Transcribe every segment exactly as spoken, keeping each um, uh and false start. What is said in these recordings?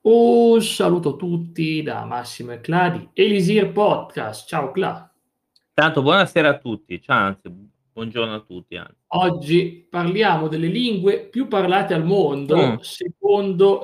Un saluto a tutti da Massimo e Cla di Elisir Podcast. Ciao Cla. Tanto buonasera a tutti, ciao anzi, buongiorno a tutti an Oggi parliamo delle lingue più parlate al Mh. mondo secondo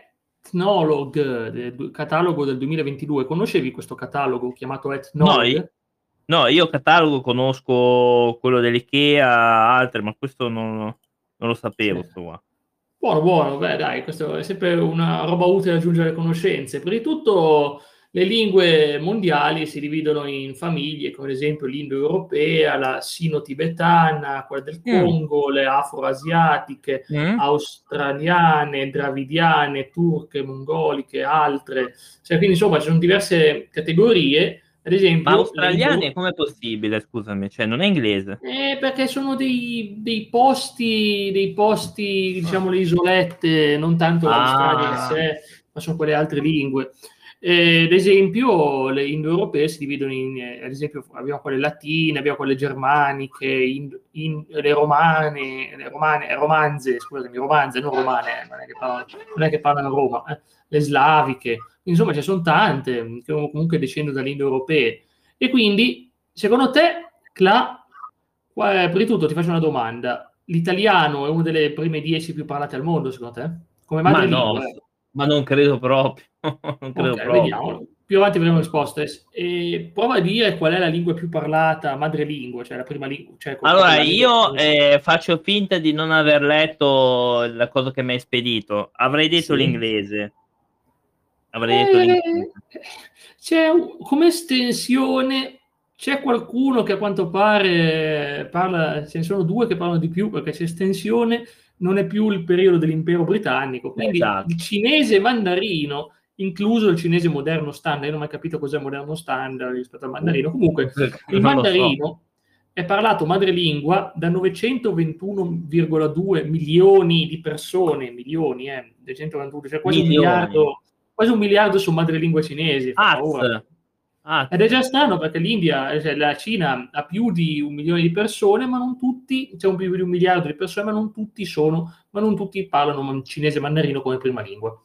l'Ethnologue del du catalogo del duemilaventidue. Conoscevi questo catalogo chiamato No, i Ethnologue? no, io catalogo conosco quello dell'IKEA, altre, ma questo non non lo Sì. sapevo 'sto qua. Buono, buono. Beh dai, questo è sempre una roba utile aggiungere conoscenze. Prima di tutto le lingue mondiali si dividono in famiglie, come ad esempio l'indoeuropea, la sino-tibetana, quella del Mh. Congo, le afro-asiatiche, Mh. australiane, dravidiane, turche, mongoliche, altre. Cioè, quindi insomma ci son diverse categorie. Ad Ma esempio le lingue australiane com'è possibile scusami? Cioè non è inglese? Eh, perché sono dei dei posti dei posti, Ah. diciamo le isolette, non tanto l'Australia in Ah. sé, ma son quelle altre lingue. Ehm, ad esempio le indoeuropee si dividono in ad esempio f abbiamo quelle latine, abbiamo quelle germaniche, ind in le romane le romane romanze, scusami, romanze, non romane, non è che parlano non è che parlano a Roma, eh, le slaviche. Insomma ce son tante che o comunque discendono dalle indoeuropee. E quindi, secondo te, Cla, qua prima di tutto ti faccio una domanda: l'italiano è uno delle prime dieci più parlate al mondo secondo te? Come Ma no, madrelingua, s eh. ma non credo proprio, non credo Okay, proprio. vediamo. Più avanti avremo risposte. S ehm, prova a dire qual è la lingua più parlata madrelingua, cioè la prima ling cioè co proprio Allora la lingua io, ehm, faccio finta di non aver letto la cosa che m'hai spedito. Avrei detto Sì. l'inglese. Avrei detto Ehm, l'inglese. c'è u come estensione c'è qualcuno che a quanto pare parla ce ne sono due che parlano di più, perché c'è estensione, non è più il periodo dell'impero britannico, quindi il Esatto. cinese mandarino, incluso il cinese moderno standard, io non ho mai capito cos'è moderno standard rispetto al Uh, mandarino. Comunque il non lo so. mandarino è parlato madrelingua da novecentoventuno virgola due milioni di persone, milioni eh, duecentoventuno, cioè quasi un Milioni. miliardo quasi un miliardo son madrelingua cinesi, fa Az, paura. Ed è az. già strano perché l'India cioè la Cina ha più di un milione di persone, ma non tutti c'è un più di un miliardo di persone, ma non tutti sono ma non tutti parlano man cinese mandarino come prima lingua.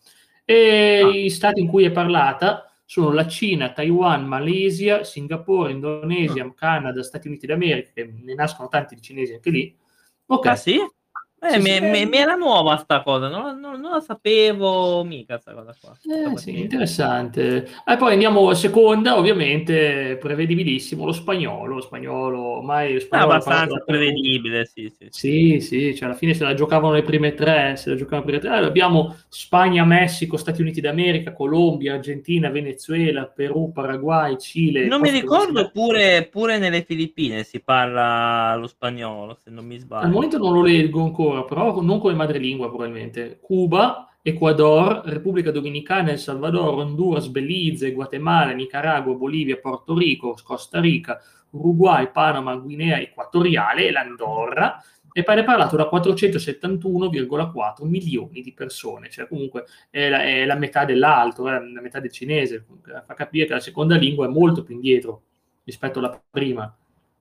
E Ah. i stati in cui è parlata sono la Cina, Taiwan, Malesia, Singapore, Ah. Indonesia, Canada, Stati Uniti d'America, che ne nascono tanti di cinesi anche lì. Ah Okay. sì? Eh, Sì, sì, mi mi mi ehm era nuova 'sta cosa, non non non la sapevo mica 'sta cosa qua, questa Eh qua sì, ci interessante. E poi andiamo seconda, ovviamente, prevedibilissimo, lo spagnolo. Lo spagnolo ormai lo È spagnolo è parlato abbastanza dappertutto. prevedibile, sì, sì, sì. Sì, sì, cioè alla fine se la giocavano le prime tre, se la giocavano le prime tre. Abbiamo Spagna, Messico, Stati Uniti d'America, Colombia, Argentina, Venezuela, Perù, Paraguay, Cile, Non mi posti dove si ricordo pure pure nelle Filippine si parla lo spagnolo, se non mi Al sbaglio. momento non lo leggo ancora, però non come madrelingua probabilmente. Cuba, Ecuador, Repubblica Dominicana, El Salvador, Honduras, Belize, Guatemala, Nicaragua, Bolivia, Porto Rico, Costa Rica, Uruguay, Panama, Guinea Equatoriale e l'Andorra, e pare parlato da quattrocentosettantuno virgola quattro milioni di persone, cioè comunque è la è la metà dell'altro, eh, la metà del cinese. Comunque fa capire che la seconda lingua è molto più indietro rispetto alla prima.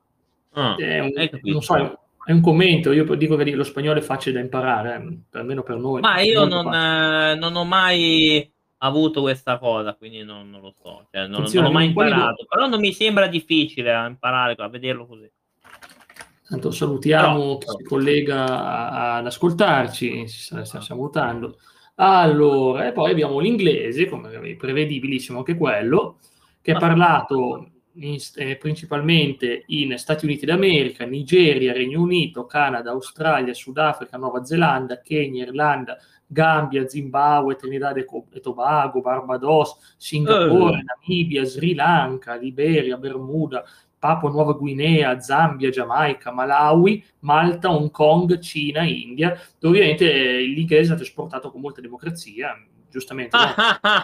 Ah, È un hai non capito. so, è un è un commento. Io p dico che di lo spagnolo è facile da imparare, eh, per almeno per noi, Ma è io molto non facile. non ho mai avuto questa cosa, quindi non non lo so, cioè non non Attenzione, l'ho abbiamo mai un po' di do imparato, però non mi sembra difficile a imparare a vederlo così. Tanto Però salutiamo chi però si collega a ad ascoltarci, si sta sta salutando. Allora, e poi abbiamo l'inglese, come prevedibilissimo anche quello, che è Ma sì. parlato in s ehm, principalmente in Stati Uniti d'America, Nigeria, Regno Unito, Canada, Australia, Sudafrica, Nuova Zelanda, Kenya, Irlanda, Gambia, Zimbabwe, Trinidad e Co e Tobago, Barbados, Singapore, Uh. Namibia, Sri Lanka, Liberia, Bermuda, Papua Nuova Guinea, Zambia, Giamaica, Malawi, Malta, Hong Kong, Cina, India, dove ovviamente l'inglese è stato esportato con molta democrazia, giustamente, no,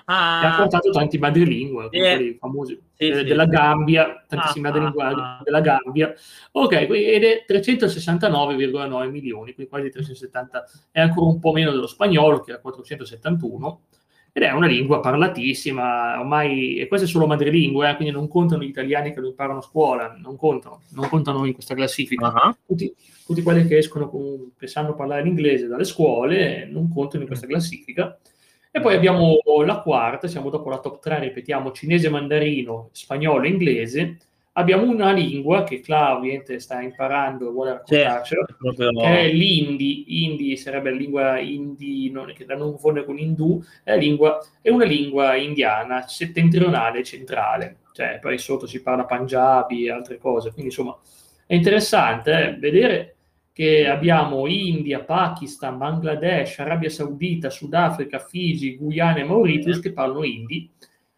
e ha portato tanti madrelingua, come Sì. quelli famosi Sì, de sì, della sì. Gambia, Ah, tantissimi ah, madrlinguaggi ah. della Gambia. Okay, qui ed è trecentosessantanove virgola nove milioni, quindi quasi trecentosettanta, è ancora un po' meno dello spagnolo che era quattrocentosettantuno, ed è una lingua parlatissima ormai, e questo è solo madrelingua, eh, quindi non contano gli italiani che lo imparano a scuola, non contano, non contano in questa classifica. Ah-ah. Tutti tutti quelli che escono con che sanno parlare l'inglese dalle scuole non contano in Mh. questa classifica. E poi abbiamo la quarta, siamo dopo la top tre, ripetiamo, cinese, mandarino, spagnolo e inglese. Abbiamo una lingua che Cla ovviamente sta imparando e vuole raccontarcela, Certo, è proprio... che è l'indi. Hindi sarebbe la lingua hindi, non, che da non confondere con indù, è, lingua, è una lingua indiana, settentrionale, centrale. Cioè, poi sotto si parla Punjabi e altre cose. Quindi, insomma, è interessante eh, vedere che abbiamo India, Pakistan, Bangladesh, Arabia Saudita, Sudafrica, Fiji, Guyana e Mauritius che parlano hindi,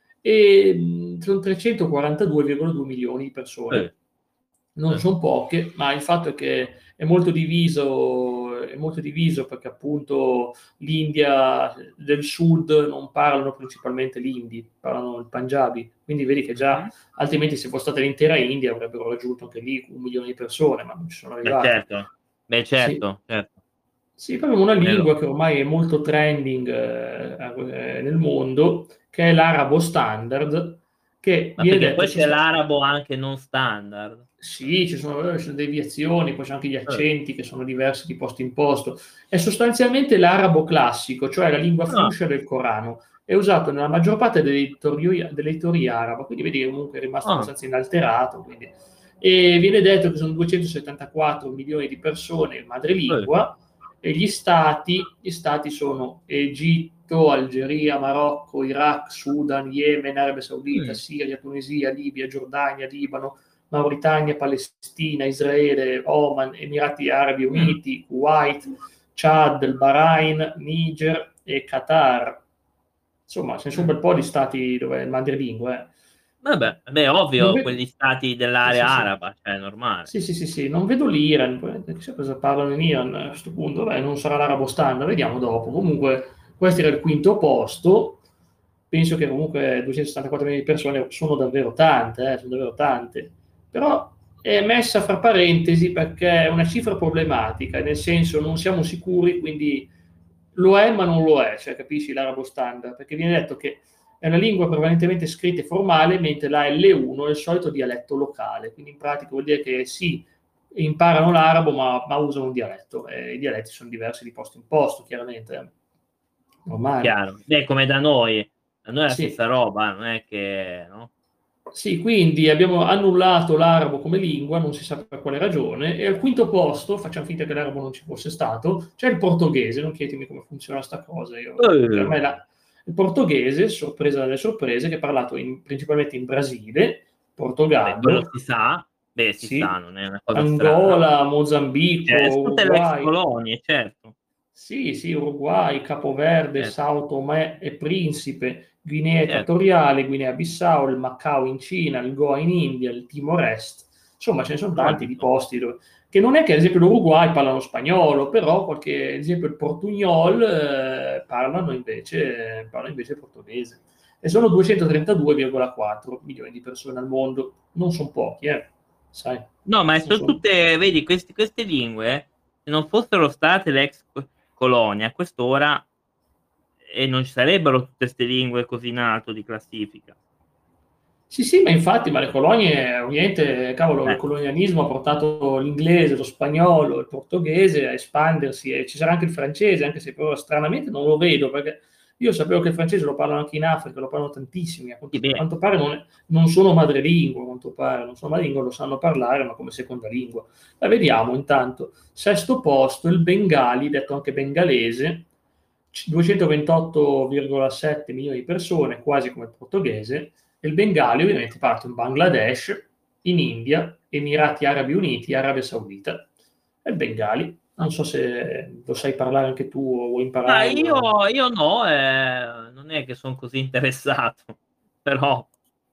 e mh, sono trecentoquarantadue virgola due milioni di persone. Eh. Non Eh. sono poche, ma il fatto è che è molto diviso, è molto diviso perché appunto l'India del sud non parlano principalmente l'indi, parlano il Punjabi, quindi vedi che già, Mhm. altrimenti se fosse stata l'intera India avrebbero raggiunto anche lì un milione di persone, ma non ci sono Beh, arrivati. certo, beh, certo, Sì. certo. Sì, proprio una Vero. lingua che ormai è molto trending eh, nel mondo, che è l'arabo standard, che Ma viene perché detto poi ci c'è sta- l'arabo anche non standard. Sì, ci sono, ci sono deviazioni, poi c'è anche gli Eh. accenti che sono diversi di posto in posto. È sostanzialmente l'arabo classico, cioè la lingua Ah, fuscia del Corano. È usato nella maggior parte delle editorie, delle editorie arabe, quindi vedi che comunque è rimasto ah, abbastanza inalterato. Quindi. E viene detto che sono duecentosettantaquattro milioni di persone eh. madrelingua, e gli stati, gli stati sono Egitto, Algeria, Marocco, Iraq, Sudan, Yemen, Arabia Saudita, Mm. Siria, Tunisia, Libia, Giordania, Libano, Mauritania, Palestina, Israele, Oman, Emirati Arabi Uniti, Kuwait, Chad, il Bahrain, Niger e Qatar. Insomma, ce ne sono un bel po' di stati dove è madrelingua. Eh. Vabbè, beh, Non ovvio, vedo... quegli stati Sì, dell'area sì, sì. araba, cioè è normale. Sì, sì, sì, sì, non vedo l'Iran, chissà cosa parlano in Iran a questo punto. Beh, non sarà l'arabo standard, vediamo dopo. Comunque, questo era il quinto posto. Penso che comunque duecentosettantaquattro milioni di persone sono davvero tante, eh, sono davvero tante. Però è messa fra parentesi perché è una cifra problematica, nel senso non siamo sicuri, quindi lo è ma non lo è, cioè capisci l'arabo standard, perché viene detto che è una lingua prevalentemente scritta e formale, mentre la L uno è il solito dialetto locale, quindi in pratica vuol dire che sì, imparano l'arabo ma, ma usano un dialetto, e i dialetti sono diversi di posto in posto, chiaramente. Normale. Chiaro. Beh, come da noi, da noi è la Sì. stessa roba, non è che, no? Sì, quindi abbiamo annullato l'arabo come lingua, non si sa per quale ragione, e al quinto posto, facciamo finta che l'arabo non ci fosse stato, c'è il portoghese, non chiedetemi come funziona sta cosa, io, per me Eh. la, il portoghese, sorpresa delle sorprese, che è parlato in, principalmente in Brasile, Vabbè, quello Portogallo, si sa, beh, si sa, sì, non è una cosa strana. Angola, Mozambico, Eh, sono tutte le ex Uruguay, colonie, certo. sì, sì, Uruguay, Capoverde, Certo, Sao Tomé e Principe, Guinea certo. Equatoriale, Guinea-Bissau, il Macao in Cina, il Goa in India, il Timor-Est. Insomma, ce ne sono No, tanti di posti dove... che non è che ad esempio l'Uruguay parlano spagnolo, però qualche, ad esempio il portugnol eh, parlano invece, parlano invece portoghese. E sono duecentotrentadue virgola quattro milioni di persone al mondo. Non sono pochi, eh, sai. no, ma Non sono sono... tutte, vedi, questi- queste lingue, se non fossero state le ex co- colonie a quest'ora, e non ci sarebbero tutte queste lingue così in alto di classifica. Sì, sì, ma infatti, ma le colonie, ovviamente, cavolo, il Eh, colonialismo ha portato l'inglese, lo spagnolo, il portoghese a espandersi, e ci sarà anche il francese, anche se però stranamente non lo vedo, perché io sapevo che il francese lo parlano anche in Africa, lo parlano tantissimi, a sì, quanto, a beh, quanto pare non, non sono madrelingua, a quanto pare, non sono madrelingua, lo sanno parlare, ma come seconda lingua. La vediamo intanto. Sesto posto, il bengali, detto anche bengalese, duecentoventotto virgola sette milioni di persone, quasi come il portoghese. Il bengali ovviamente parte in Bangladesh, in India, Emirati Arabi Uniti, Arabia Saudita. E il bengali, non so se lo sai parlare anche tu o vuoi ma impararlo. io, io no, eh, non è che sono così interessato, però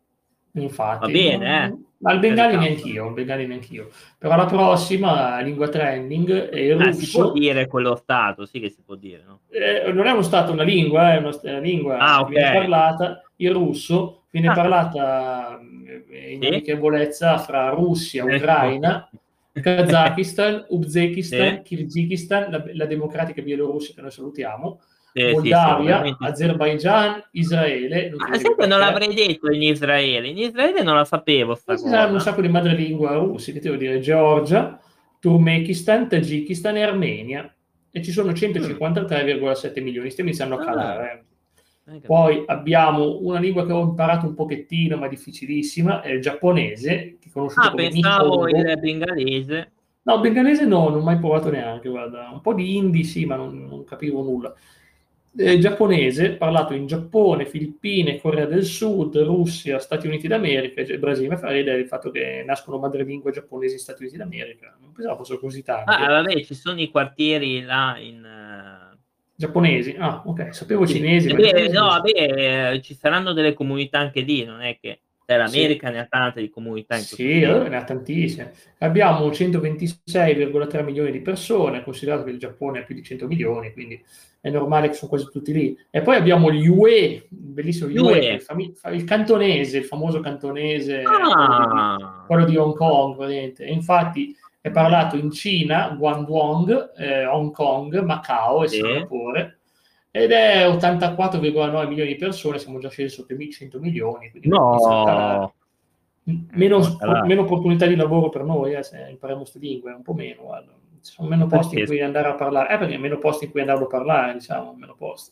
va Infatti, bene, eh, no, ma il per bengali carità. neanch'io, il bengali neanch'io. Però la prossima lingua trending è il Ah, si può russo. dire quello stato, sì che si può dire, no? Eh, non è uno stato, una lingua, è una, è una Ah, lingua che ok. viene parlata, il russo viene Ah, parlata eh, in sì? amichevolezza fra Russia, Ecco. Ucraina, Kazakistan, Sì, Uzbekistan, Kirghizistan, la, la democratica Bielorussia che noi salutiamo, sì, sì, sì, Moldavia, ovviamente sì. Azerbaijan, Israele, non Ma chiedetemi sai che non perché. l'avrei detto in Israele? In Israele non la sapevo Poi sta ci saranno un cosa. sacco di madrelingua russi, che devo dire, Georgia, Turkmenistan, Tagikistan e Armenia. E ci sono Mm. centocinquantatré virgola sette milioni, stiamo iniziando a Ah, calare. Poi abbiamo una lingua che ho imparato un pochettino, ma difficilissima, è il giapponese, che conosciuto Ah, come pensavo Nihongo. il bengalese. No, il bengalese no, non ho mai provato neanche, guarda. Un po' di hindi sì, ma non, non capivo nulla. Eh, giapponese, parlato in Giappone, Filippine, Corea del Sud, Russia, Stati Uniti d'America e Brasile. Mi fa ridere il fatto che nascono madrelingua giapponesi in Stati Uniti d'America. Non pensavo fossero così Ah, tante. vabbè, ci sono i quartieri là in... eh, Giapponesi? Ah, ok, sapevo Sì. cinesi, E ma i beh, giapponesi no, non so. vabbè, eh, ci saranno delle comunità anche lì, non è che cioè, Sì. l'America ne ha tante di comunità in questo Sì, allora senso. ne ha tantissime. Abbiamo centoventisei virgola tre milioni di persone, considerato che il Giappone ha più di cento milioni, quindi è normale che sono quasi tutti lì. E poi abbiamo gli U E, il bellissimo U E, che è il, Due. fami- il cantonese, il famoso cantonese, quello di, Ah, quello di Hong Kong, praticamente. E infatti è parlato in Cina, Guangdong, eh, Hong Kong, Macao e sì. Singapore, ed è ottantaquattro virgola nove milioni di persone, siamo già scesi sotto i cento milioni, quindi beh, inizia a calare. No, Meno, ecco, allora, meno opportunità di lavoro per noi, eh, se impariamo queste lingue, un po' meno, guarda. Ci sono meno posti in perché? cui andare a parlare, eh, perché meno posti in cui andare a parlare, diciamo, meno posti.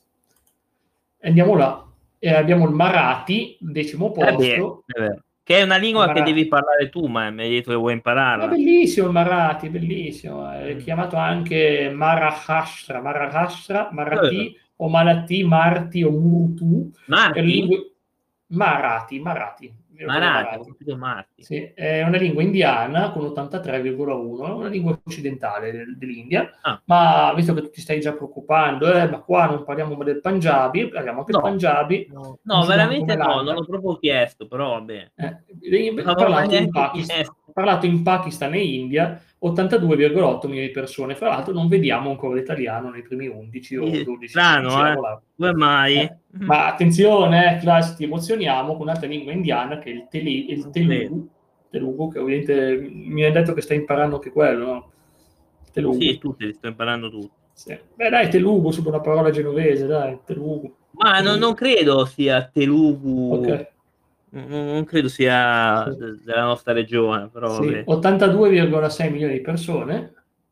E andiamo là, e abbiamo il Marathi, decimo Eh beh, posto, è vero. Che è una il lingua che Marathi. devi parlare tu, ma mi hai detto che vuoi È impararla. bellissimo il Marathi, bellissimo, è Mm. chiamato anche Maharashtra, Maharashtra, Eh, Marathi o Malathi, Marti o Murtu, è una Marti? lingua... Marathi, Marathi, io lo chiamo Marati, ho Marathi. capito Marti. Sì, è una lingua indiana con ottantatré virgola uno, è una lingua occidentale del- dell'India, Ah, ma visto che tu ti stai già preoccupando, eh, ma qua non parliamo del Punjabi, parliamo anche il no, Punjabi, no, no, conosciuto anche come veramente no, non Landa. l'ho proprio chiesto, però vabbè. Eh, Non l'avevo mai parlato in neanche Pakistan, chiesto. parlato in Pakistan e India, ottantadue virgola otto milioni di persone. Fra l'altro non vediamo ancora l'italiano nei primi undici o Sì, dodici, quindici, strano, eh? siamo là. Come mai? Eh, ma attenzione, eh, class, ti emozioniamo con un'altra lingua indiana che è il, tele, il Non credo. Telugu, Telugu, che ovviamente mi hai detto che stai imparando anche quello, no? Sì, Telugu. tutti, li sto imparando tutti. Sì. Beh dai, Telugu, sembra una parola genovese, dai, Telugu. Ma non, non Telugu. credo sia Ok. Telugu, non, non credo sia Sì. de- della nostra regione, però Sì, vabbè. ottantadue virgola sei milioni di persone.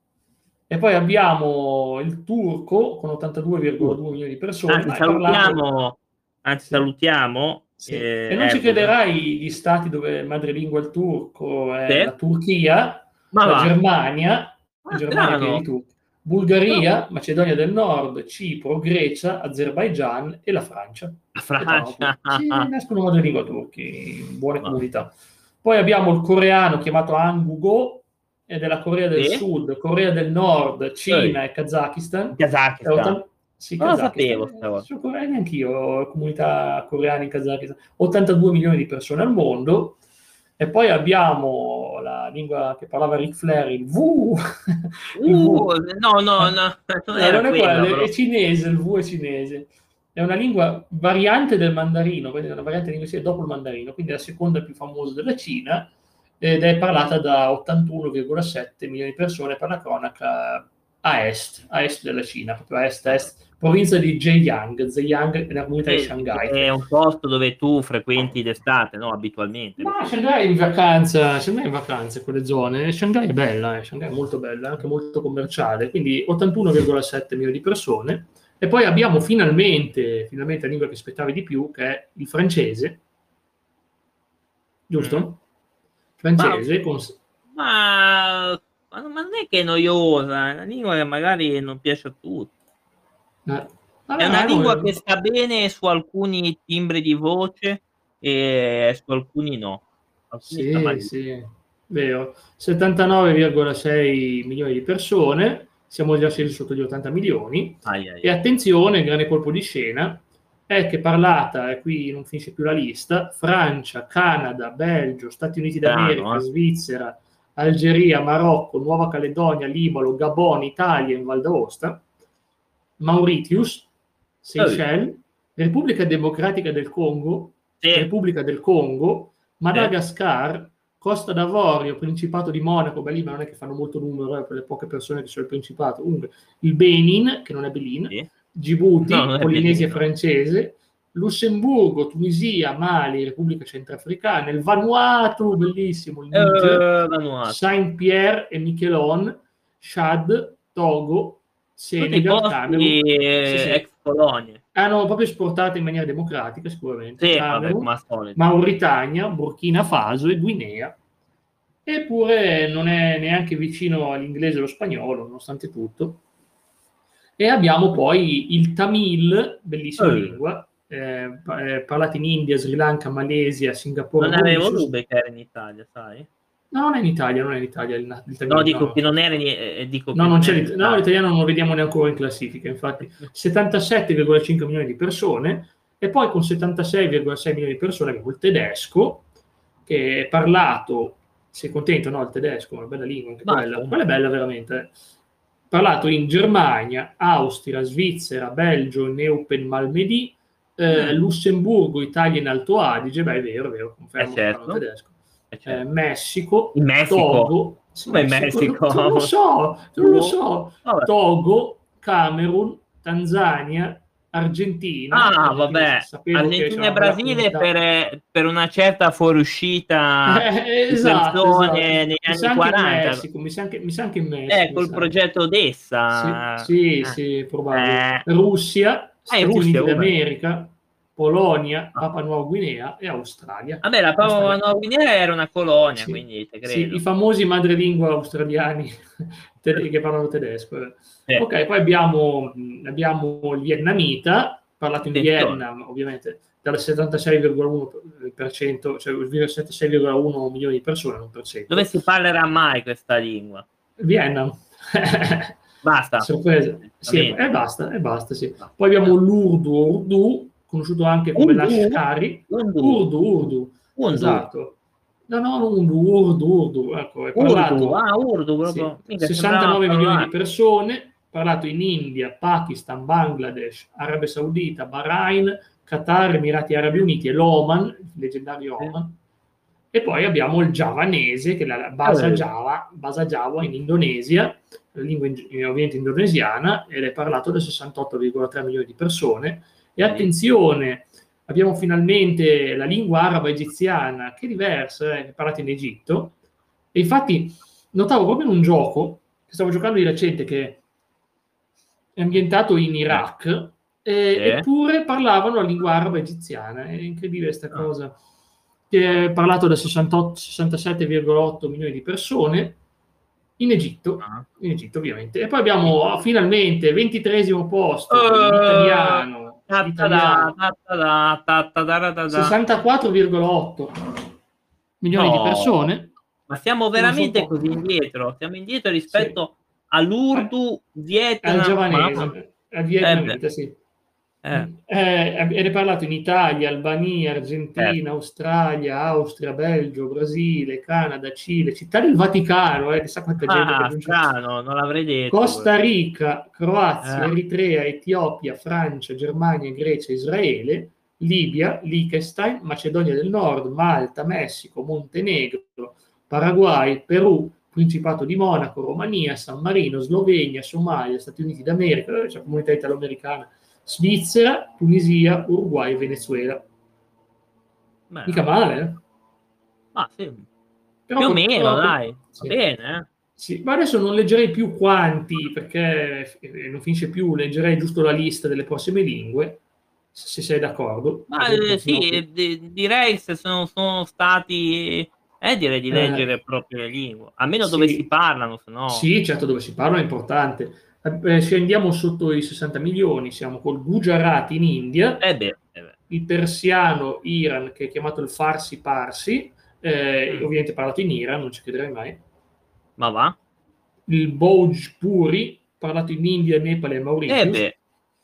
E poi abbiamo il turco con ottantadue virgola due milioni di persone, Anzi, ma è parlato... salutiamo, anzi, Sì, salutiamo sì. eh, E non ci Erdogan. crederai gli stati dove madrelingua è il turco, è Sì? la Turchia, Ma la va, Germania, in ma Germania è piena di strano. turchi, No, Bulgaria, Macedonia del Nord, Cipro, Grecia, Azerbaigian e la Francia. la E parlano Francia. turco. Sì, nascono madrelingua turchi in buone Ma, comunità. Poi abbiamo il coreano chiamato Hangugo, è della Corea del sì? Sud, Corea del Nord, Ehi, Cina e Kazakistan. in È Kazakistan. ottan- Sì, Non lo Kazakistan. sapevo sta Eh, cosa. sono coreani anch'io, ho comunità coreana in Kazakistan. ottantadue milioni di persone al mondo. E poi abbiamo la lingua che parlava Ric Flair, il V. Il V. Uh, no, no, Eh, no, non no, era non è quella, quello, è però. cinese, il V è cinese. È una lingua variante del mandarino, quindi è una variante di lingua dopo il mandarino, quindi è la seconda più famosa della Cina ed è parlata da ottantuno virgola sette milioni di persone per la cronaca a est, a est della Cina, proprio a est, a Ah, est, provincia di Zhejiang. Zhejiang è la comunità di sì, Shanghai. è un posto dove tu frequenti d'estate, no? Abitualmente, lo Ma so. Shanghai è in vacanza, Shanghai è in vacanza in quelle zone. Shanghai è bella, eh. Shanghai è molto bella, anche molto commerciale, quindi ottantuno virgola sette milioni di persone. E poi abbiamo finalmente, finalmente la lingua che aspettavi di più, che è il francese, Mm. giusto? Ma, Francese con... ma, ma non ma non è che è noiosa, è una lingua che magari non piace a tutti. eh, È vabbè, una ma lingua che no, sta bene su alcuni timbri di voce e su alcuni no. Alcuni sta sì, malissimo. sì, vero. settantanove virgola sei milioni di persone, siamo già scesi sotto gli ottanta milioni. Ai, ai, E ai. attenzione, il grande colpo di scena è che parlata, e qui non finisce più la lista, Francia, Canada, Belgio, Stati Uniti Strano, d'America, eh? Svizzera, Algeria, Marocco, Nuova Caledonia, Libano, Gabon, Italia in Val d'Aosta, Mauritius, Ehi, Seychelles, Repubblica Democratica del Congo, sì, Repubblica del Congo, sì, Madagascar, Costa d'Avorio, Principato di Monaco, beh lì ma non è che fanno molto numero eh, per le poche persone che sono il Principato, comunque il Benin, che non è Benin, sì. No, Djibouti, non è Polinesia bellino. francese, Lussemburgo, Tunisia, Mali, Repubblica Centrafricana, il Vanuatu, bellissimo, il Niger, Eh, Vanuatu. Saint-Pierre e Miquelon, Chad, Togo, Tutti i Senegal, posti Camerun, sì, eh, sì, ex colonie. Hanno proprio esportato in maniera democratica, sicuramente. Sì, Camerun, vabbè, come al solito. Mauritania, Burkina Faso e Guinea. Eppure non è neanche vicino all'inglese e allo spagnolo, nonostante tutto. E abbiamo poi il Tamil, bellissima Eh. lingua, eh, parlata in India, Sri Lanka, Malesia, Singapore, Non avevo Mauritius. dubbi che era in Italia, sai? No, non è in Italia, non è in Italia il, il Tamil. No, dico no. che non era in, eh, dico No, che non non c'è era in l'it- no, Italia. l'italiano non lo vediamo neanche in classifica, infatti settantasette virgola cinque milioni di persone, e poi con settantasei virgola sei milioni di persone abbiamo il tedesco, che è parlato, sei contento, no? Il tedesco è una bella lingua, anche Ma quella, insomma. quella è bella veramente, eh. Parlato in Germania, Austria, Svizzera, Belgio, Neupen, Malmedy, eh, Mm. Lussemburgo, Italia in Alto Adige, beh è vero, è vero, confermo Eh, che certo. parlano tedesco. Eh, certo. Eh, Messico, In Messico? Togo, sì, Come in Messico? Non lo so, non lo Oh, so. vabbè. Togo, Camerun, Tanzania, Argentina. Ah, Argentina, vabbè, sapevo che Argentina c'era e una bella Brasile comunità. per, per una certa fuoriuscita Eh, di esatto, persone esatto. negli Mi sa anni anche in quaranta. Messico, mi sa anche, mi sa anche in Messico. Eh, mi col sa. progetto Sì, Odessa. sì, Eh. sì, probabile. Eh. Russia, Ah, in Stati Russia, Uniti come? d'America, Polonia, Ah. Papua Nuova Guinea e Australia. Vabbè, la Papua Australia. Nuova Guinea era una colonia, Sì, quindi te sì, credo. i famosi madrelingua australiani te- che parlano tedesco. eh. Sì. Ok, poi abbiamo, mh, abbiamo il vietnamita, parlato in Attenzione. Vietnam, ovviamente, dal settantasei virgola uno per cento, cioè settantasei virgola uno milioni di persone, non per cento. Dove si parlerà mai questa lingua? Vietnam. Basta. Sorpresa. Sì, e Veramente. basta, e basta, sì. Poi abbiamo l'Urdu, Urdu, conosciuto anche come Urdu? l'Ashkari. Urdu. Urdu, Urdu. Urdu. Esatto. No, no, non Urdu, Urdu, Urdu. Ecco, è parlato, Urdu, ah, Urdu, sì, proprio. Mica sessantanove sembrava milioni di parlare. persone, parlato in India, Pakistan, Bangladesh, Arabia Saudita, Bahrain, Qatar, Emirati Arabi Uniti e l'Oman, il leggendario Oman. E poi abbiamo il giavanese, che è la Basa Eh. Java, Basa Java in Indonesia, la lingua in- ovviamente indonesiana, ed è parlato da sessantotto virgola tre milioni di persone. E attenzione, abbiamo finalmente la lingua araba egiziana, che è diversa, eh, che è parlata in Egitto. E infatti notavo proprio in un gioco, che stavo giocando di recente, che è ambientato in Iraq, eh, Sì. eppure parlavano la lingua araba egiziana. È incredibile questa Ah. cosa. Che è parlato da sessantotto sessantasette virgola otto milioni di persone in Egitto, Ah. in Egitto ovviamente. E poi abbiamo oh, finalmente ventitreesimo posto, Uh, l'italiano, l'italiano. sessantaquattro virgola otto milioni No. di persone. Ma siamo veramente così indietro? Siamo indietro rispetto sì. all'Urdu, Vietnam, al giavanese, al vietnamita, eh sì. Eh. Eh, ed è parlato in Italia, Albania, Argentina, certo. Australia, Austria, Belgio, Brasile, Canada, Cile, città del Vaticano, eh, chissà quanta gente Ah, che non strano, non l'avrei detto. Costa Rica, Croazia, eh. Eritrea, Etiopia, Francia, Germania, Grecia, Israele, Libia, Liechtenstein, Macedonia del Nord, Malta, Messico, Montenegro, Paraguay, Perù, Principato di Monaco, Romania, San Marino, Slovenia, Somalia, Stati Uniti d'America, c'è la comunità italo-americana, Svizzera, Tunisia, Uruguay e Venezuela. Beh, Mica male, eh? Ma sì. Però più o con, meno, però, dai, va sì. bene. Eh? Sì, ma adesso non leggerei più quanti, perché non finisce più, leggerei giusto la lista delle prossime lingue, se sei d'accordo. Ma eh, sì, di, direi se sono, sono stati... Eh, direi di leggere eh, proprio le lingue, almeno sì. dove si parlano, se no... Sì, certo, dove si parla è importante. Eh, se andiamo sotto i sessanta milioni, siamo col Gujarati in India, eh beh, eh beh. il persiano Iran, che è chiamato il Farsi Parsi, eh, Mm. ovviamente parlato in Iran, non ci crederai mai. Ma va? Il Bhojpuri, parlato in India, Nepal e Mauritius. Eh beh.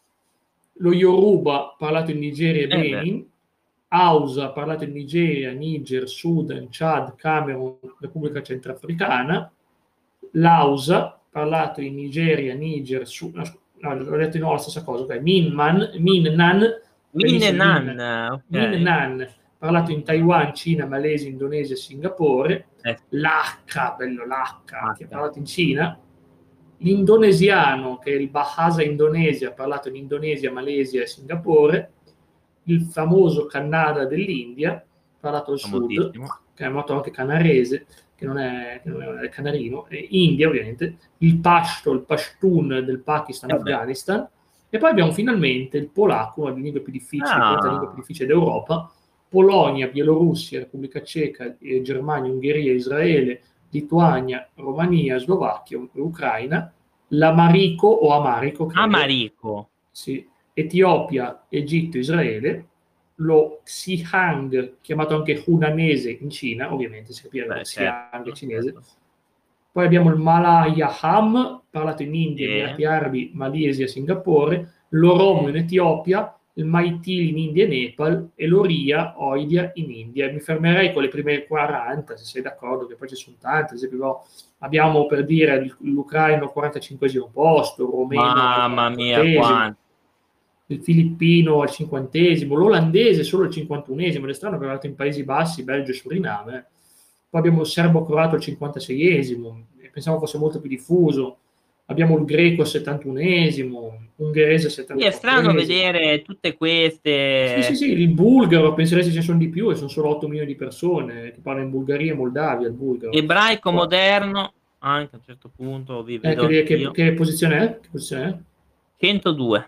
Lo Yoruba, parlato in Nigeria e Eh Benin. beh. Hausa, parlato in Nigeria, Niger, Sudan, Chad, Camerun, Repubblica Centrafricana. L'Hausa, parlato in Nigeria, Niger, Sudan, no, ho detto di nuovo la stessa cosa, okay. Minman, Minnan, Minnan, okay. Minnan, parlato in Taiwan, Cina, Malesia, Indonesia, Singapore. Eh. L'H, bello l'H, che è parlato in Cina. L'indonesiano, che è il Bahasa Indonesia, parlato in Indonesia, Malesia e Singapore. Il famoso Kannada dell'India, parlato al sud, che è noto anche canarese, che non è, che non è canarino, e India ovviamente. Il Pashto, il Pashtun del Pakistan e eh Afghanistan. E poi abbiamo finalmente il polacco, una delle lingue più difficili, Ah. la lingua più difficile d'Europa, Polonia, Bielorussia, Repubblica Ceca, eh, Germania, Ungheria, Israele, Lituania, Romania, Slovacchia e Ucraina, l'amarico o amarico, credo, Amarico. sì, Etiopia, Egitto, Israele, lo Xihang, chiamato anche Hunanese in Cina, ovviamente si capisce che lo Xihang è cinese. Certo. Poi abbiamo il Malayaham, parlato in India, Sì. Emirati Arabi, Malesia, Singapore, l'Oromo in Etiopia, il Maithili in India e Nepal e l'Oriya, Oidia in India. Mi fermerei con le prime quaranta, se sei d'accordo, che poi ci sono tante. Ad esempio, abbiamo per dire l'ucraino al quarantacinquesimo posto, il romeno Mamma al mia, quarantesimo, quanto. il filippino al cinquantesimo, l'olandese solo al cinquantunesimo, ed è strano che è arrivato in Paesi Bassi, Belgio e Suriname. Poi abbiamo il serbo-croato al cinquantaseiesimo, pensavo fosse molto più diffuso. Abbiamo il greco al settantunesimo, l'ungherese al Sì, è strano settantaquattresimo. vedere tutte queste. Sì, sì, sì, il bulgaro, penseresti ce ne sono di più e sono solo otto milioni di persone che parlano in Bulgaria e Moldavia, il bulgaro. Ebraico Poi, moderno, anche a un certo punto vi eh, vedo che, che, io. che posizione è? Che posizione è? centodue.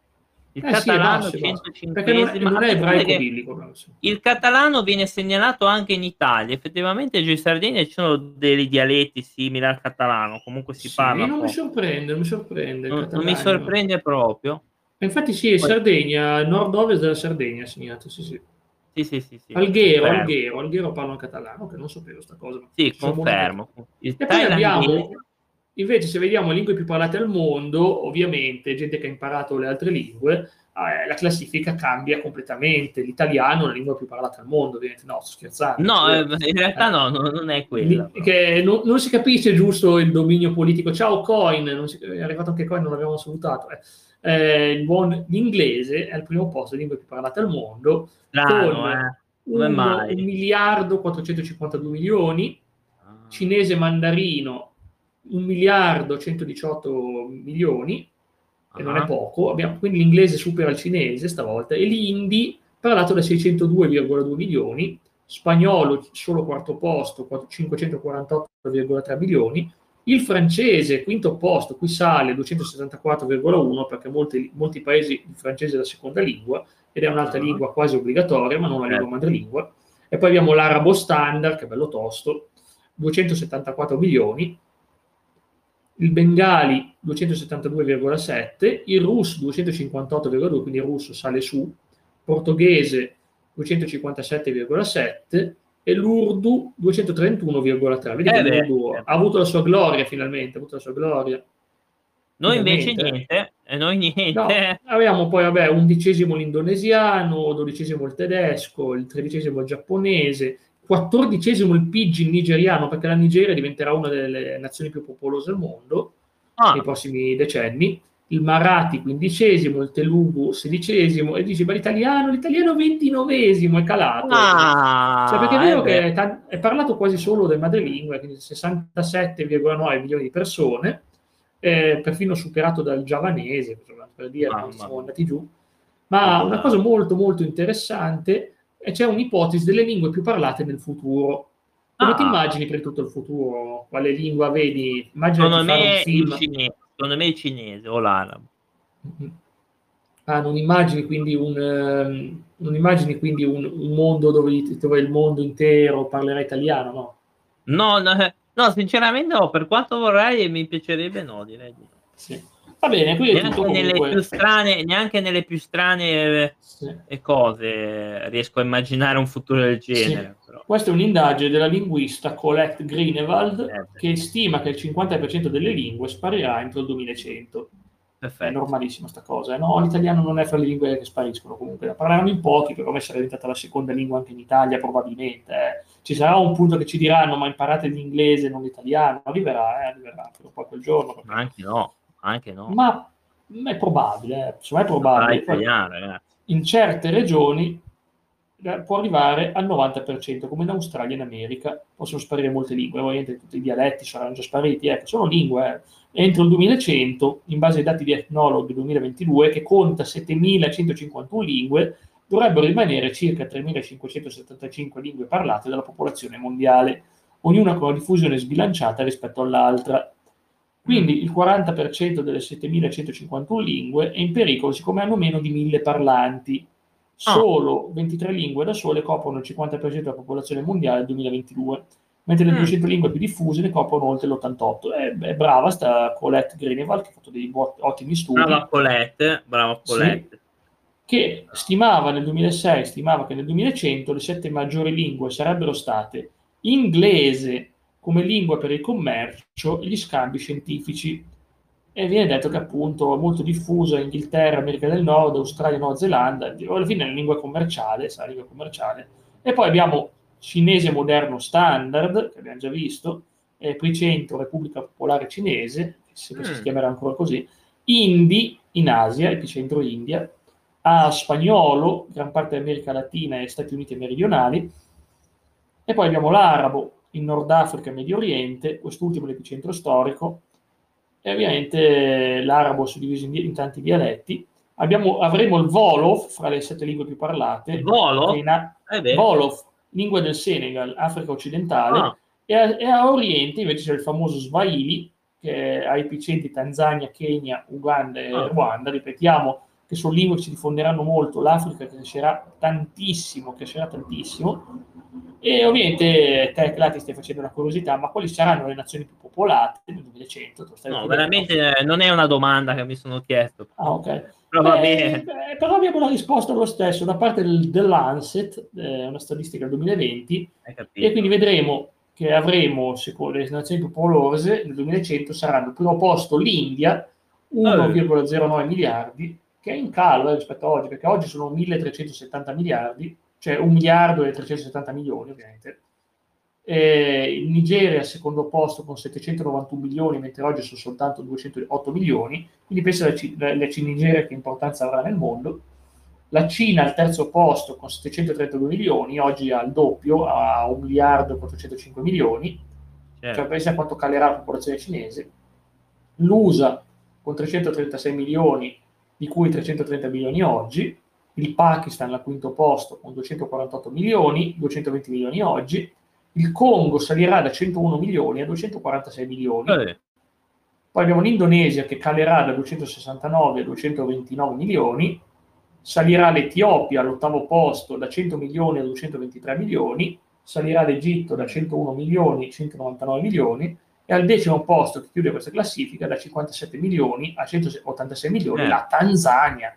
Il Eh sì, è catalano basso, è basso. Perché non è, centocinquesimo. non è Attenzione ebraico che biblico. No? il catalano viene segnalato anche in Italia. Effettivamente giù in Sardegna ci sono dei dialetti simili al catalano, comunque si Sì, parla non mi poco. sorprende, non mi sorprende il Non, non mi catalano. sorprende proprio. Infatti sì, Poi, Sardegna, nord-ovest della Sardegna, segnato, sì, sì. sì, sì, sì, sì, Alghero, confermo. Alghero, Alghero parlano catalano, che non sapevo sta cosa. Ma Sì, ci sono molti confermo. catalani. Il E poi thailandese. abbiamo, invece, se vediamo le lingue più parlate al mondo, ovviamente, gente che ha imparato le altre lingue, eh, la classifica cambia completamente. L'italiano è la lingua più parlata al mondo, ovviamente. No, sto scherzando. No, Cioè, eh, in realtà no, no, non è quella. Però. Che non, non si capisce giusto il dominio politico. Ciao Coin, non si, è arrivato anche Coin, non l'abbiamo salutato. Eh. Eh, il buon, l'inglese è al primo posto delle lingue più parlate al mondo, Strano, con eh? Come un, mai? un miliardo quattrocentocinquantadue milioni, Ah. cinese mandarino un miliardo centodiciotto milioni, e non è Ah. poco. Abbiamo, quindi l'inglese supera il cinese stavolta, e l'indi parlato da seicentodue virgola due milioni, spagnolo solo quarto posto, cinquecentoquarantotto virgola tre milioni, il francese quinto posto, qui sale duecentosettantaquattro virgola uno perché molti, molti paesi il francese è la seconda lingua ed è un'altra Ah. lingua quasi obbligatoria, ma non la lingua Certo. madrelingua. E poi abbiamo l'arabo standard, che è bello tosto, duecentosettantaquattro milioni, il bengali duecentosettantadue virgola sette, il russo duecentocinquantotto virgola due, quindi il russo sale su, portoghese duecentocinquantasette virgola sette e l'urdu duecentotrentuno virgola tre. Vedi Eh che beh, l'urdu eh ha beh. avuto la sua gloria finalmente, ha avuto la sua gloria. Noi invece Finalmente, eh. niente, e noi niente. No, abbiamo poi, vabbè, undicesimo l'indonesiano, dodicesimo il tedesco, il tredicesimo il giapponese, quattordicesimo il pidgin nigeriano, perché la Nigeria diventerà una delle nazioni più popolose al mondo Ah. nei prossimi decenni, il Marathi quindicesimo, il Telugu sedicesimo, e dici, ma l'italiano, l'italiano ventinovesimo è calato. Ah, Cioè, perché è vero eh che è, t- è parlato quasi solo del madrelingua, quindi sessantasette virgola nove milioni di persone, eh, perfino superato dal giavanese, per dire, Mamma siamo mia. andati giù. Ma una cosa molto molto interessante è c'è un'ipotesi delle lingue più parlate nel futuro. Come Ah. ti immagini per tutto il futuro? Quale lingua vedi? Immaginati Secondo fare un me il film. cinese, secondo me il cinese o l'arabo. Mm-hmm. Ah, non immagini quindi un, um, non immagini quindi un, un mondo dove, dove il mondo intero parlerà italiano, no? No, no, no, sinceramente no, per quanto vorrei e mi piacerebbe no, direi di no. Sì. Va bene, qui è Neanche tutto nelle comunque. più strane, neanche nelle più strane Sì. cose riesco a immaginare un futuro del genere. Sì. Però. Questa è un'indagine della linguista Colette Greenewald Eh, che stima che il cinquanta per cento delle lingue sparirà entro il duemilacento. Perfetto. È normalissima sta cosa. Eh? No, l'italiano non è fra le lingue che spariscono comunque. La parleranno in pochi, però sarà diventata la seconda lingua anche in Italia probabilmente. Eh. Ci sarà un punto che ci diranno ma imparate l'inglese, non l'italiano. Arriverà, eh, arriverà per un po' quel giorno. Perché... Ma anche no, anche no. Ma è probabile, eh. Insomma, è probabile. Italiano, ragazzi. In certe regioni può arrivare al novanta per cento, come in Australia e in America. Possono sparire molte lingue, ovviamente tutti i dialetti saranno già spariti, ecco, sono lingue. Eh. Entro il duemilacento, in base ai dati di Ethnologue duemilaventidue, che conta settemilacentocinquantuno lingue, dovrebbero rimanere circa tremilacinquecentosettantacinque lingue parlate dalla popolazione mondiale, ognuna con una diffusione sbilanciata rispetto all'altra. Quindi il quaranta per cento delle settemilacentocinquantuno lingue è in pericolo siccome hanno meno di mille parlanti. Solo ventitré lingue da sole coprono il cinquanta per cento della popolazione mondiale nel duemilaventidue, mentre le Mm. duecento lingue più diffuse ne coprono oltre l'ottantotto. È, è brava sta Colette Greenewald, che ha fatto dei buo- ottimi studi. Brava Colette, brava Colette. Sì, che stimava nel duemilasei, stimava che nel duemilacento le sette maggiori lingue sarebbero state inglese come lingua per il commercio e gli scambi scientifici. E viene detto che appunto è molto diffusa in Inghilterra, America del Nord, Australia, Nuova Zelanda, alla fine è una lingua commerciale, sarà lingua commerciale. E poi abbiamo cinese moderno standard, che abbiamo già visto, Epicentro, Repubblica Popolare Cinese, se Mm. si chiamerà ancora così, Hindi in Asia, epicentro India, a spagnolo, gran parte dell'America Latina e Stati Uniti meridionali, e poi abbiamo l'arabo in Nord Africa e Medio Oriente, quest'ultimo l'epicentro storico, e ovviamente l'arabo è suddiviso in, in tanti dialetti. Abbiamo, avremo il Wolof fra le sette lingue più parlate, Wolof? che in a- Eh Wolof, lingua del Senegal, Africa occidentale, Ah. e, a, e a Oriente invece c'è il famoso Swahili, che ha epicentri Tanzania, Kenya, Uganda e Ah. Ruanda. Ripetiamo che sono lingue che si diffonderanno molto, l'Africa crescerà tantissimo, crescerà tantissimo. E ovviamente te, Cla, ti stai facendo una curiosità, ma quali saranno le nazioni più popolate nel duemilacento? Te lo stai No, chiedendo, veramente no? eh, non è una domanda che mi sono chiesto. Ah, ok. Però va Eh, bene. beh, però abbiamo la risposta lo stesso da parte del, dell'Lancet, eh, una statistica del duemilaventi, Hai capito. e quindi vedremo che avremo, secondo le nazioni più popolose, nel duemilacento saranno al primo posto l'India, uno virgola zero nove miliardi, che è in calo eh, rispetto a oggi, perché oggi sono milletrecentosettanta miliardi, cioè un miliardo e trecentosettanta milioni ovviamente. Eh, il Nigeria al secondo posto con settecentonovantuno milioni, mentre oggi sono soltanto duecentootto milioni, quindi pensa alla Nigeria che importanza avrà nel mondo. La Cina al terzo posto con settecentotrentadue milioni, oggi ha il doppio, a un miliardo e quattrocentocinque milioni, Certo. cioè pensa a quanto calerà la popolazione cinese. L'U S A con trecentotrentasei milioni, di cui trecentotrenta milioni oggi, il Pakistan al quinto posto con duecentoquarantotto milioni, duecentoventi milioni oggi, il Congo salirà da centouno milioni a duecentoquarantasei milioni, Eh. poi abbiamo l'Indonesia che calerà da duecentosessantanove a duecentoventinove milioni, salirà l'Etiopia all'ottavo posto da cento milioni a duecentoventitré milioni, salirà l'Egitto da centouno milioni a centonovantanove milioni, e al decimo posto che chiude questa classifica da cinquantasette milioni a centottantasei milioni Eh. la Tanzania.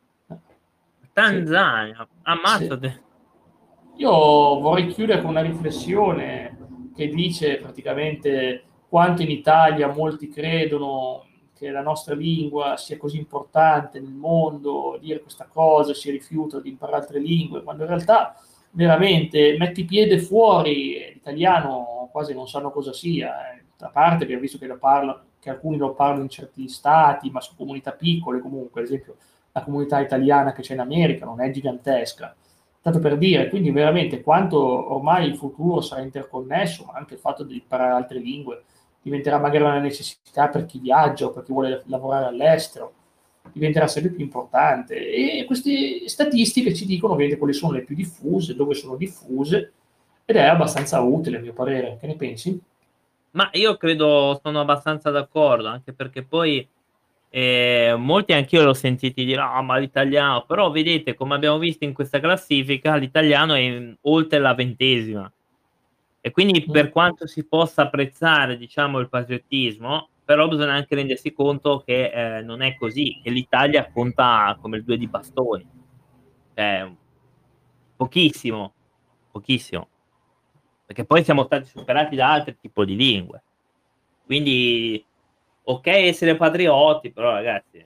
Tanzania, ammazzate. Sì. Io vorrei chiudere con una riflessione che dice praticamente quanto in Italia molti credono che la nostra lingua sia così importante nel mondo, dire questa cosa, si rifiutano di imparare altre lingue, quando in realtà veramente metti piede fuori, l'italiano quasi non sanno cosa sia. A parte abbiamo visto che, lo parlano, che alcuni lo parlano in certi stati, ma su comunità piccole comunque, ad esempio la comunità italiana che c'è in America non è gigantesca. Tanto per dire, quindi veramente quanto ormai il futuro sarà interconnesso, ma anche il fatto di imparare altre lingue diventerà magari una necessità per chi viaggia o per chi vuole lavorare all'estero, diventerà sempre più importante. E queste statistiche ci dicono ovviamente quali sono le più diffuse, dove sono diffuse, ed è abbastanza utile a mio parere. Che ne pensi? Ma io credo, sono abbastanza d'accordo, anche perché poi eh, molti anch'io l'ho sentiti dire ah, ma l'italiano, però vedete come abbiamo visto in questa classifica l'italiano è in- oltre la ventesima, e quindi per quanto si possa apprezzare, diciamo, il patriottismo, però bisogna anche rendersi conto che eh, non è così, che l'Italia conta come il due di bastoni, cioè pochissimo, pochissimo, perché poi siamo stati superati da altri tipi di lingue. Quindi, ok essere patrioti, però ragazzi,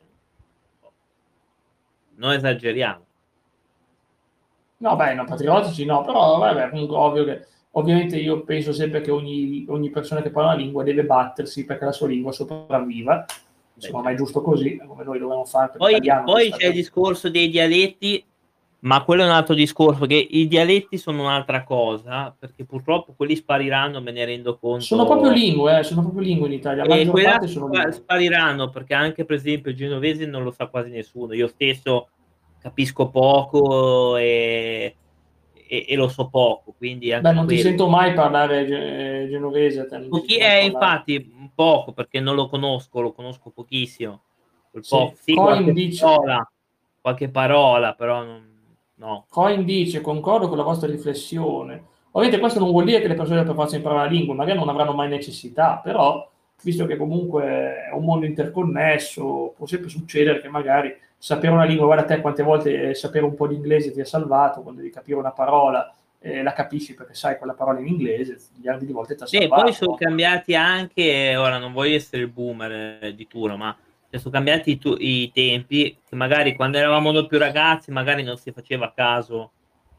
non esageriamo. No, beh, no, patriottici no, però vabbè, comunque ovvio che ovviamente io penso sempre che ogni, ogni persona che parla una lingua deve battersi perché la sua lingua sopravviva. Secondo me è giusto così, come noi dobbiamo fare per Poi, l'italiano. poi c'è il discorso dei dialetti, ma quello è un altro discorso, perché i dialetti sono un'altra cosa, perché purtroppo quelli spariranno, me ne rendo conto. Sono proprio lingue, eh, sono proprio lingue in Italia, la E maggior quella parte sono lingue. spariranno, perché anche per esempio il genovese non lo sa quasi nessuno, io stesso capisco poco e, e, e lo so poco, quindi anche Beh, non ti quello. sento mai parlare ge- genovese, te non ti Pochi, sento mai eh, parlare. infatti, poco, perché non lo conosco, lo conosco pochissimo. Quel Sì. poco. Sì, Coin qualche dice, parola, qualche parola, però non, no. Coin dice, concordo con la vostra riflessione. Ovviamente questo non vuol dire che le persone per forza imparare la lingua, magari non avranno mai necessità, però, visto che comunque è un mondo interconnesso, può sempre succedere che magari sapere una lingua, guarda te quante volte sapere un po' di inglese ti ha salvato, quando devi capire una parola, eh, la capisci perché sai quella parola in inglese, miliardi di volte ti ha Sì, poi salvato, sono no? cambiati anche, ora non voglio essere il boomer eh, di turno, ma cioè, sono cambiati i, tu- i tempi, che magari quando eravamo noi più ragazzi magari non si faceva caso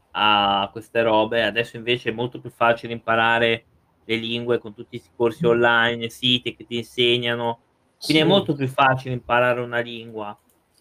a queste robe, adesso invece è molto più facile imparare le lingue con tutti questi corsi online, siti che ti insegnano, quindi è Sì, molto più facile imparare una lingua.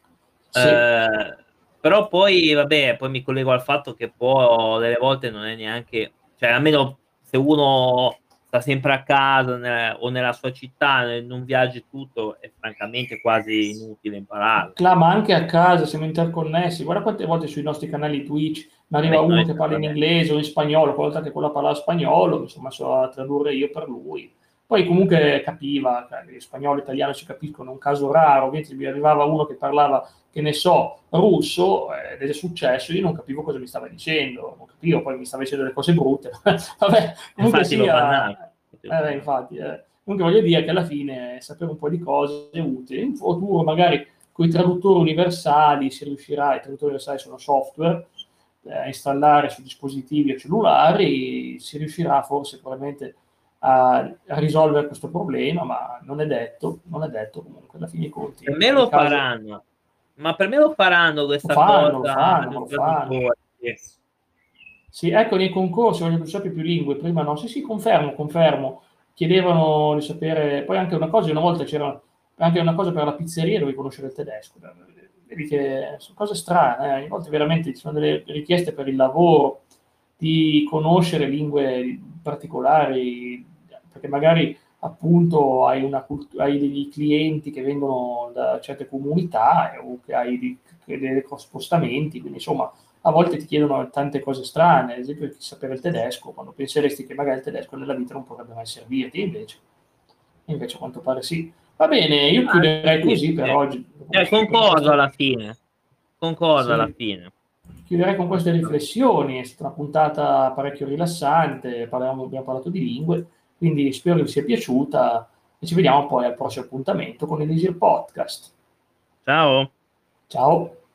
sì. Eh, però poi, vabbè, poi mi collego al fatto che poi delle volte non è neanche, cioè almeno se uno sta sempre a casa ne- o nella sua città, ne- non viaggi tutto, è francamente quasi inutile impararlo. Clama anche a casa, siamo interconnessi. Guarda quante volte sui nostri canali Twitch mi arriva Vabbè, uno noi, che parla in vabbè, inglese o in spagnolo, quella volta che quello parlava spagnolo, mi sono messo a tradurre io per lui. Poi comunque capiva, cioè, spagnolo e italiano si capiscono, è un caso raro, mentre mi arrivava uno che parlava, che ne so, russo, eh, ed è successo, io non capivo cosa mi stava dicendo, non capivo, poi mi stava dicendo delle cose brutte. Vabbè, comunque infatti l'ho sia, bannato. Infatti l'ho eh, beh, bannato. infatti, eh. Comunque voglio dire che alla fine sapere un po' di cose è utile. In futuro magari con i traduttori universali si riuscirà, i traduttori universali sono software, eh, a installare su dispositivi o cellulari, si riuscirà forse probabilmente a, a risolvere questo problema, ma non è detto, non è detto comunque, alla fine dei conti, Per in me ogni lo caso faranno, ma per me lo faranno lo questa fanno, lo cosa fanno, ma del lo fanno. traduttore. Sì. Sì, ecco, nei concorsi vogliono che tu sappia più lingue, prima no. Sì, sì, confermo, confermo. Chiedevano di sapere, poi anche una cosa, una volta c'era anche una cosa per la pizzeria, dovevi conoscere il tedesco. Vedi che sono cose strane, eh. A volte veramente ci sono delle richieste per il lavoro, di conoscere lingue particolari, perché magari appunto hai, una cult- hai degli clienti che vengono da certe comunità eh, o che hai di- che dei spostamenti, quindi insomma a volte ti chiedono tante cose strane, ad esempio sapere il tedesco, quando penseresti che magari il tedesco nella vita non potrebbe mai servirti, invece, invece a quanto pare sì. Va bene, io Ah, chiuderei sì, così per sì. oggi, dopo Cioè, questo- dopo concordo queste, alla fine, concordo alla sì, fine. chiuderei con queste riflessioni, è stata una puntata parecchio rilassante, parliamo- abbiamo parlato di lingue, quindi spero che vi sia piaciuta e ci vediamo poi al prossimo appuntamento con il Easy Podcast. Ciao. Ciao!